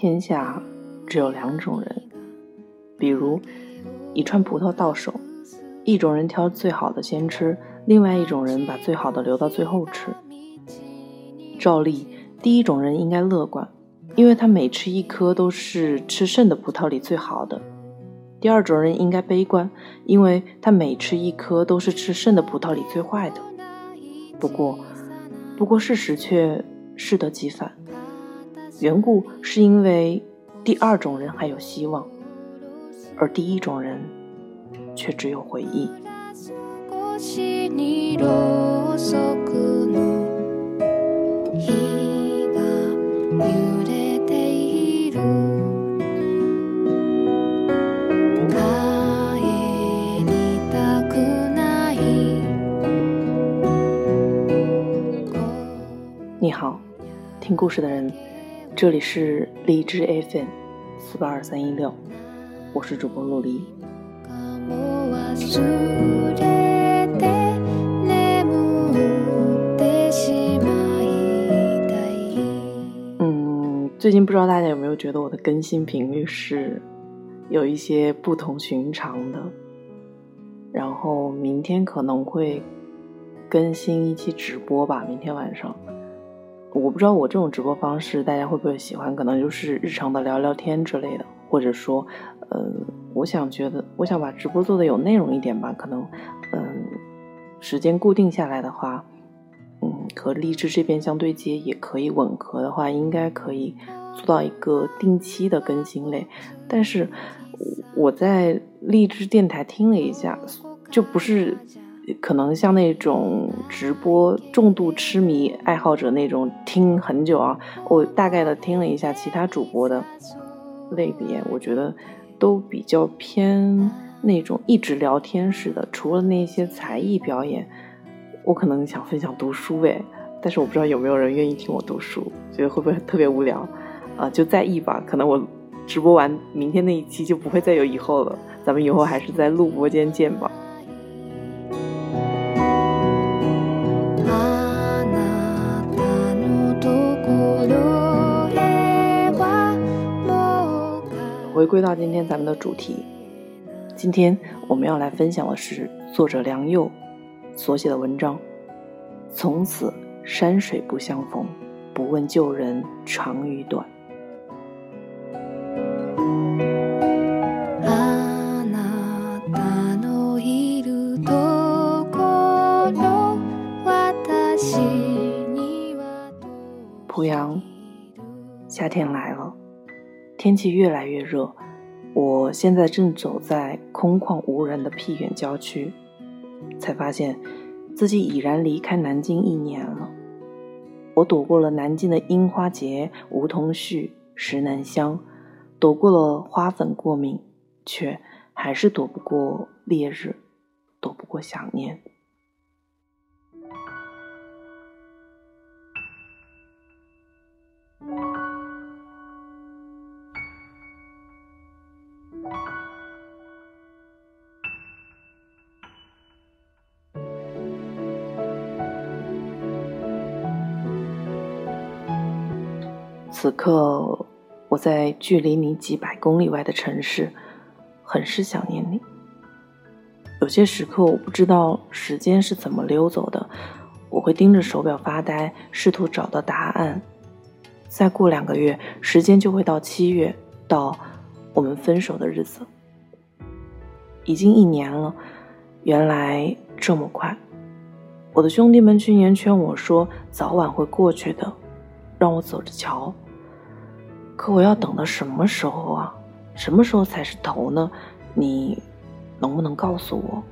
天下只有两种人，比如一串葡萄到手，一种人挑最好的先吃，另外一种人把最好的留到最后吃。照例，第一种人应该乐观，因为他每吃一颗都是吃剩的葡萄里最好的。第二种人应该悲观，因为他每吃一颗都是吃剩的葡萄里最坏的。不过事实却适得其反，缘故是因为第二种人还有希望，而第一种人却只有回忆。你好，听故事的人，这里是荔枝 FM 482316，我是主播陆离。最近不知道大家有没有觉得我的更新频率是有一些不同寻常的，然后明天可能会更新一期直播吧，明天晚上。我不知道我这种直播方式大家会不会喜欢，可能就是日常的聊聊天之类的，或者说我想把直播做的有内容一点吧，可能时间固定下来的话，和荔枝这边相对接也可以吻合的话，应该可以做到一个定期的更新类。但是我在荔枝电台听了一下，就不是可能像那种直播重度痴迷爱好者那种听很久啊，我大概的听了一下其他主播的类别，我觉得都比较偏那种一直聊天式的，除了那些才艺表演，我可能想分享读书但是我不知道有没有人愿意听我读书，觉得会不会特别无聊就在意吧，可能我直播完明天那一期就不会再有以后了，咱们以后还是在录播间见吧。回归到今天咱们的主题，今天我们要来分享的是作者梁佑所写的文章，从此山水不相逢，不问旧人长与短。濮阳，夏天来了，天气越来越热，我现在正走在空旷无人的僻远郊区，才发现自己已然离开南京1年了。我躲过了南京的樱花节、梧桐絮、石楠香，躲过了花粉过敏，却还是躲不过烈日，躲不过想念。此刻我在距离你几百公里外的城市，很是想念你。有些时刻我不知道时间是怎么溜走的，我会盯着手表发呆，试图找到答案。再过2个月，时间就会到7月，到我们分手的日子。已经1年了，原来这么快。我的兄弟们去年劝我说早晚会过去的，让我走着瞧。可我要等到什么时候啊？什么时候才是头呢？你能不能告诉我？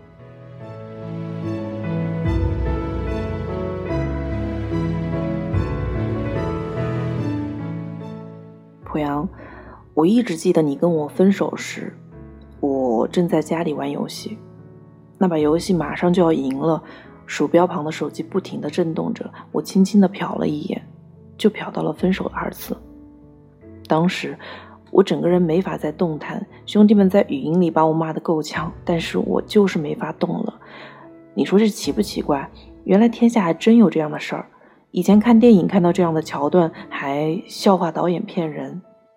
濮阳，我一直记得你跟我分手时，我正在家里玩游戏，那把游戏马上就要赢了，鼠标旁的手机不停地震动着，我轻轻地瞟了一眼，就瞟到了分手2字。当时我整个人没法再动弹，兄弟们在语音里把我骂得够呛，但是我就是没法动了。你说这奇不奇怪？原来天下还真有这样的事儿。以前看电影看到这样的桥段，还笑话导演骗人，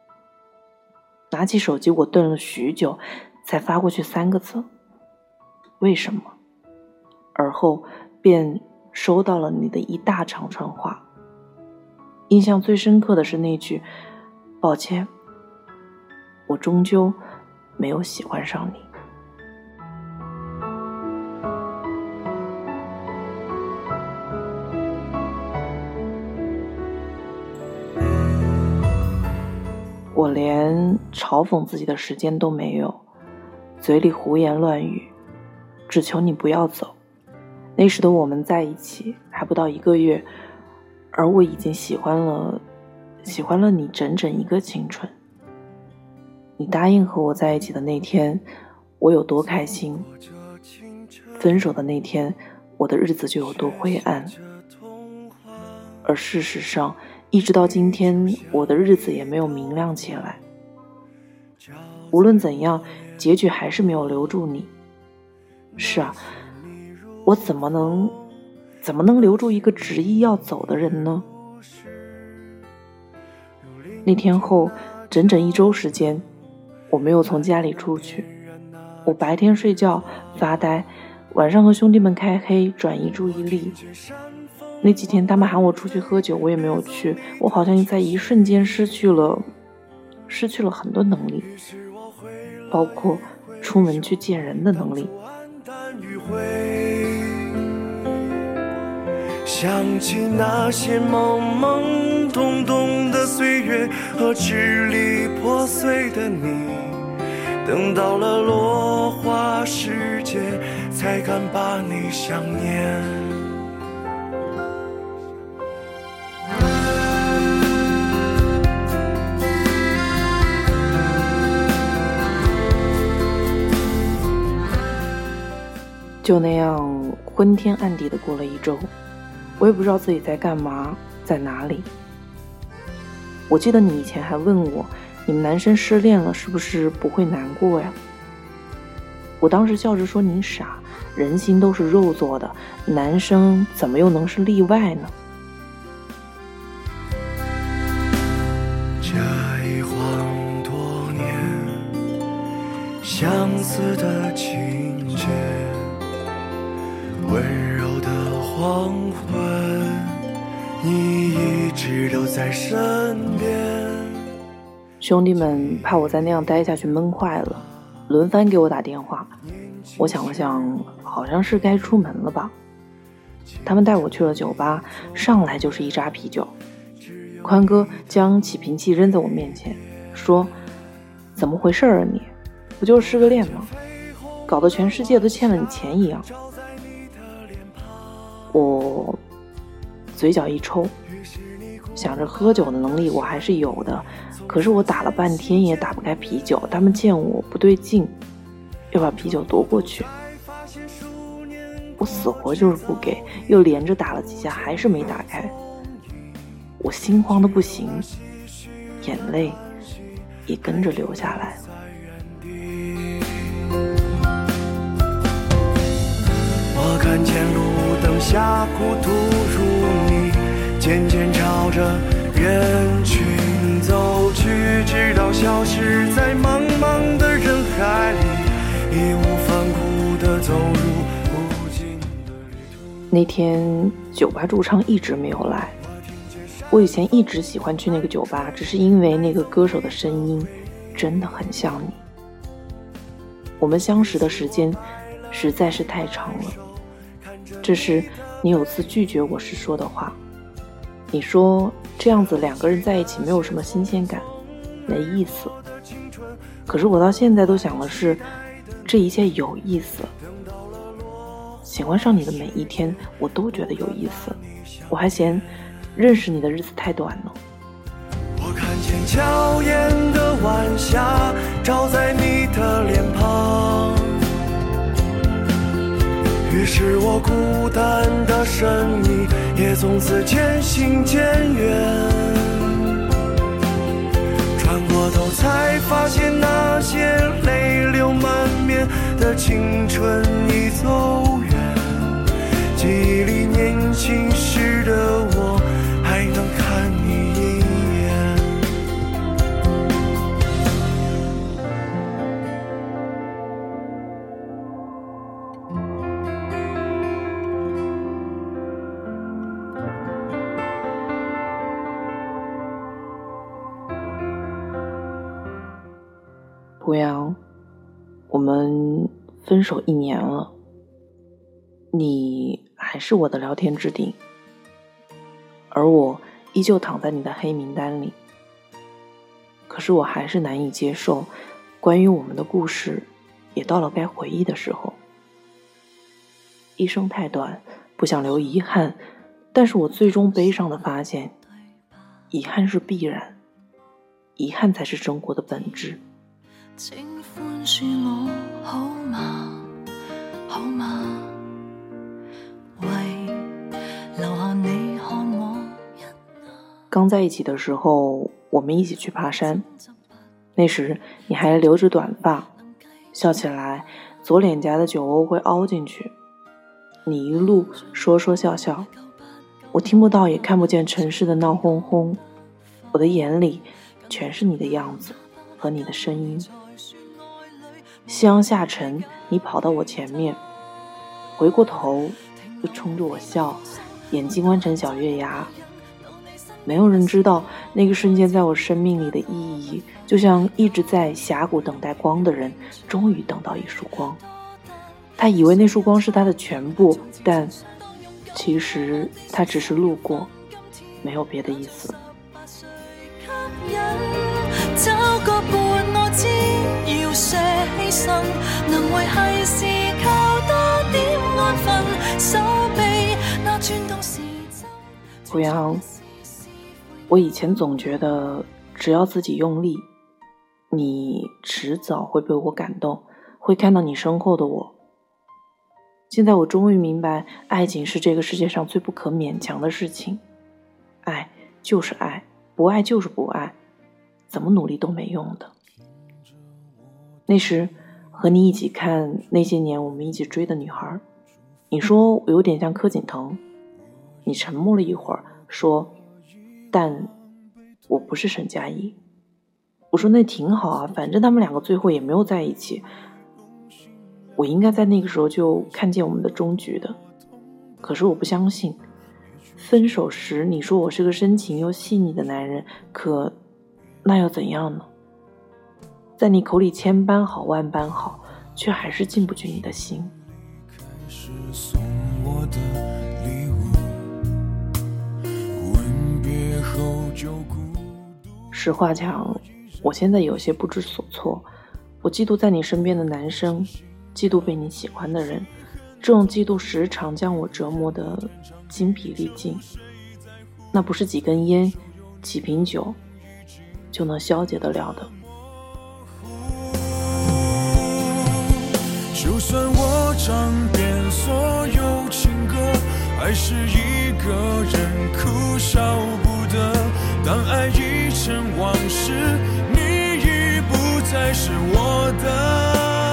拿起手机，我顿了许久，才发过去3个字：为什么？而后便收到了你的一大长串话。印象最深刻的是那句：抱歉，我终究没有喜欢上你。我连嘲讽自己的时间都没有，嘴里胡言乱语，只求你不要走。那时的我们在一起还不到1个月，而我已经喜欢了你整整1个青春。你答应和我在一起的那天，我有多开心，分手的那天，我的日子就有多灰暗。而事实上，一直到今天，我的日子也没有明亮起来。无论怎样，结局还是没有留住你。是啊，我怎么能留住一个执意要走的人呢？那天后，整整1周时间，我没有从家里出去。我白天睡觉发呆，晚上和兄弟们开黑，转移注意力。那几天他们喊我出去喝酒，我也没有去。我好像在一瞬间失去了很多能力，包括出门去见人的能力。 想起那些懵懵懂懂的岁月和支离破碎的你，等到了落花时节，才敢把你想念。 就那样昏天暗地的过了1周，我也不知道自己在干嘛，在哪里。我记得你以前还问我，你们男生失恋了是不是不会难过呀？我当时笑着说，你傻，人心都是肉做的，男生怎么又能是例外呢？ 这一晃多年，相似的情节，温柔的黄昏，你一直都在身边。 兄弟们怕我再那样待下去闷坏了，轮番给我打电话。我想了想，好像是该出门了吧。他们带我去了酒吧，上来就是一扎啤酒。宽哥将起瓶器扔在我面前，说：怎么回事啊你？不就是失个恋吗？搞得全世界都欠了你钱一样。我嘴角一抽，想着喝酒的能力我还是有的，可是我打了半天也打不开啤酒，他们见我不对劲，要把啤酒夺过去。我死活就是不给，又连着打了几下还是没打开。我心慌的不行，眼泪也跟着流下来。 我看见路灯下孤独如你，渐渐朝着人群走去，直到消失在茫茫的人海里，义无反顾地走入无尽的旅途。 那天酒吧驻唱一直没有来，我以前一直喜欢去那个酒吧，只是因为那个歌手的声音真的很像你。我们相识的时间实在是太长了。这是你有次拒绝我时说的话，你说这样子2个人在一起没有什么新鲜感，没意思。可是我到现在都想的是，这一切有意思。喜欢上你的每一天我都觉得有意思，我还嫌认识你的日子太短了。 我看见娇艳的晚霞照在你的脸庞，于是我孤单的身影也从此渐行渐远。转过头才发现，那些泪流满面的青春已走远，记忆里年轻时的我还能看你一眼。 胡杨，我们分手1年了，你还是我的聊天置顶，而我依旧躺在你的黑名单里。可是我还是难以接受，关于我们的故事也到了该回忆的时候。一生太短，不想留遗憾，但是我最终悲伤地發現，遺憾是必然，遺憾才是生活的本質。 請寬恕我好嗎？好嗎？為留下你看我一眼。 剛在一起的時候，我們一起去爬山，那時你還留着短髮，笑起來左臉頰的酒窩會凹進去。你一路說說笑笑，我聽不到也看不見城市的鬧哄哄，我的眼裡全是你的樣子和你的聲音。夕陽下沉，你跑到我前面，回過頭又衝着我笑，眼睛彎成小月牙。沒有人知道那個瞬間在我生命裡的意義，就像一直在峽谷等待光的人終於等到一束光。他以為那束光是他的全部，但其實他只是路過，沒有別的意思。 找個伴我知要些犧牲，能維繫是靠多點安分，手臂那轉動時針。 胡楊，我以前總覺得只要自己用力，你遲早會被我感動，會看到你身後的我。現在我終於明白，愛情是這個世界上最不可勉強的事情。愛就是愛，不愛就是不愛，怎麼努力都沒用的。那時和你一起看那些年我們一起追的女孩，你說我有點像柯景騰，你沉默了一會兒，說但我不是沈佳宜。我說那挺好啊，反正他們兩個最後也沒有在一起。我應該在那個時候就看見我們的終局的，可是我不相信。分手時你說我是個深情又細膩的男人，可那又怎樣呢？在你口裡千般好萬般好，卻還是進不去你的心。實話講，我現在有些不知所措，我嫉妒在你身邊的男生，嫉妒被你喜歡的人，這種嫉妒時常將我折磨得精疲力盡。那不是幾根煙、幾瓶酒就能消解得了的。 就算我唱遍所有情歌，還是一個人哭笑不得。當愛已成往事，你已不再是我的。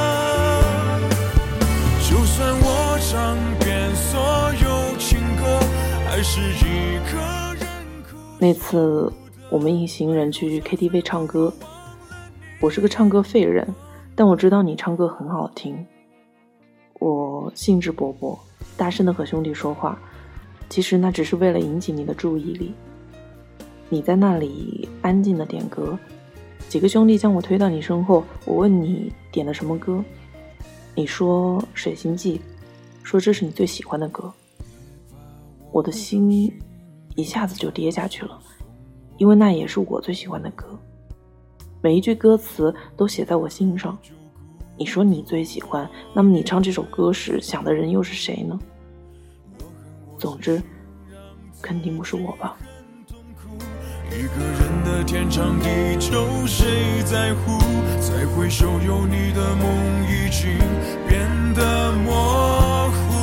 就算我唱遍所有情歌，還是一個人哭。 那次我們一行人去 KTV 唱歌，我是個唱歌廢人，但我知道你唱歌很好聽。我興致勃勃，大聲地和兄弟說話，其實那只是為了引起你的注意力。你在那裡安靜地點歌，幾個兄弟將我推到你身後，我問你點了什麼歌，你說《水星記》，說這是你最喜歡的歌。我的心一下子就跌下去了，因為那也是我最喜歡的歌，每一句歌詞都寫在我心上。你說你最喜歡，那麼你唱這首歌時想的人又是誰呢？總之肯定不是我吧。 一個人的天長地久誰在乎，再回首有你的夢已經變得模糊。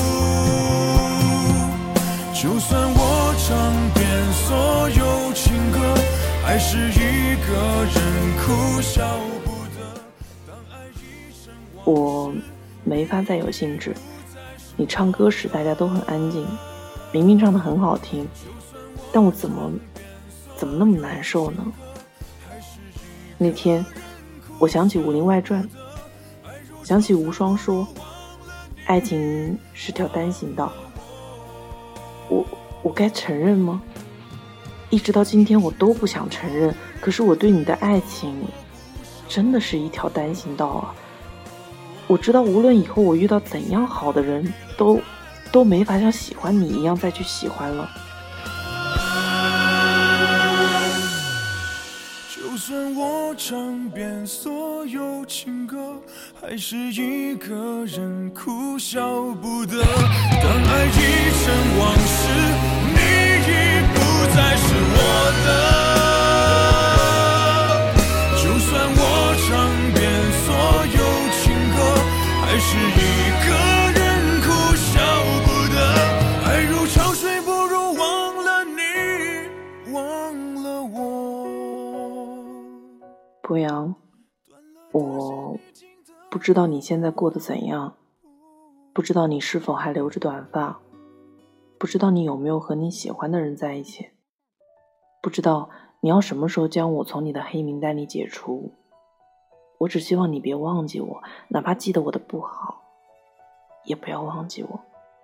就算我唱遍所有情歌，還是一個人哭笑不得。 我沒法再有興致，你唱歌時大家都很安靜，明明唱得很好聽，但我怎麼那麼難受呢？那天我想起《武林外傳》，想起無雙說愛情是條單行道，我該承認嗎？一直到今天我都不想承認，可是我對你的愛情真的是一条单行道啊！我知道无论以后我遇到怎样好的人，都没法像喜欢你一样再去喜欢了。 就算我唱遍所有情歌，还是一个人哭笑不得。当爱已成往事，你已不再是我的。就算我唱遍所有情歌，还是一个人哭笑不得。爱如潮水，不如忘了你，忘了我。 博洋，我不知道你现在过得怎样，不知道你是否还留着短发，不知道你有没有和你喜欢的人在一起，不知道你要什么时候将我从你的黑名单里解除。我只希望你别忘记我，哪怕记得我的不好，也不要忘记我。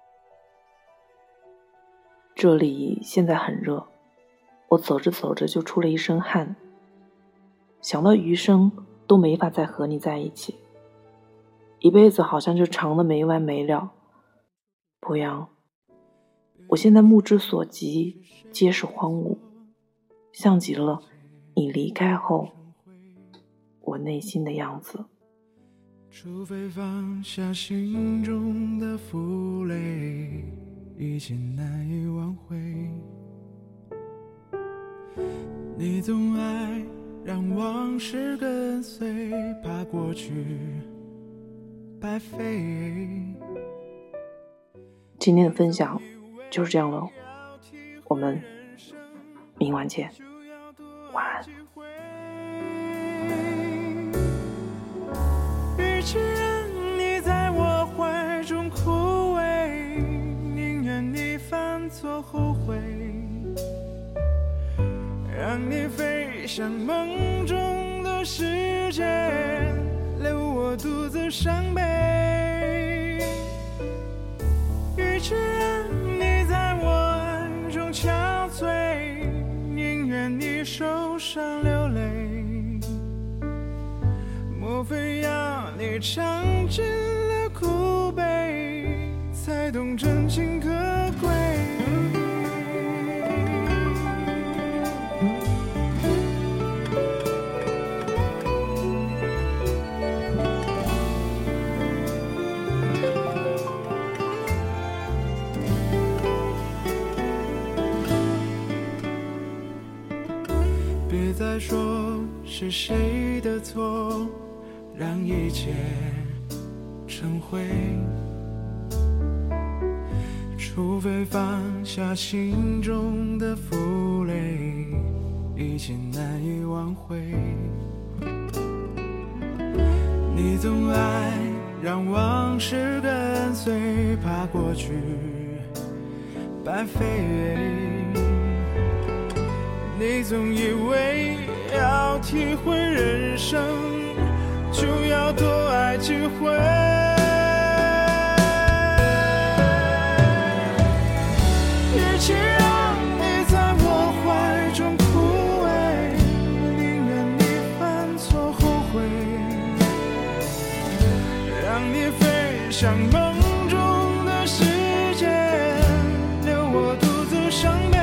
这里现在很热，我走着走着就出了一身汗，想到余生都没法再和你在一起，一辈子好像就长得没完没了。博洋，我现在目之所及皆是荒芜，像极了你离开后我内心的样子。 除非放下心中的负累，一切难以挽回。你总爱让往事跟随，怕过去白费。 今天的分享就是这样了，我们明晚见，晚安。 与其让你在我怀中枯萎，宁愿你犯错后悔，让你飞向梦中的世界，留我独自伤悲。与其让你在我爱中憔悴，宁愿你受伤流泪。莫非要你尝尽了苦悲，才懂真情可贵？别再说是谁的错，让一切成灰。除非放下心中的负累，一切难以挽回。你总爱让往事跟随，怕过去白费。你总以为要体会人生，就要多爱几回。与其让你在我怀中枯萎，宁愿你犯错后悔，让你飞向梦中的世界，留我独自伤悲。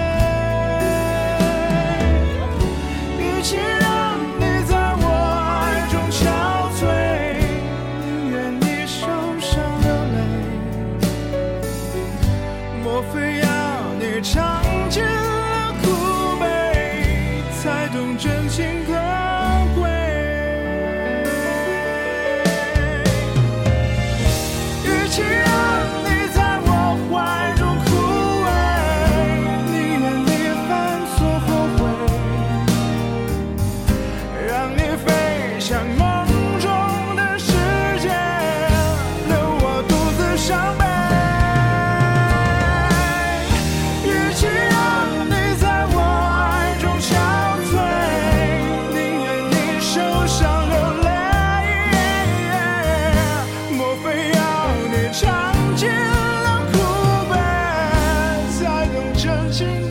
与其让你在我爱中憔悴，宁愿你受伤流泪。莫非要你尝尽了苦悲，才懂真情可贵？与其让你在我怀中枯萎，宁愿你犯错后悔，让你飞向梦中的世界，留我独自伤悲。与其让你在我爱中憔悴，宁愿你受伤流泪。莫非要你尝尽了苦悲，才懂真情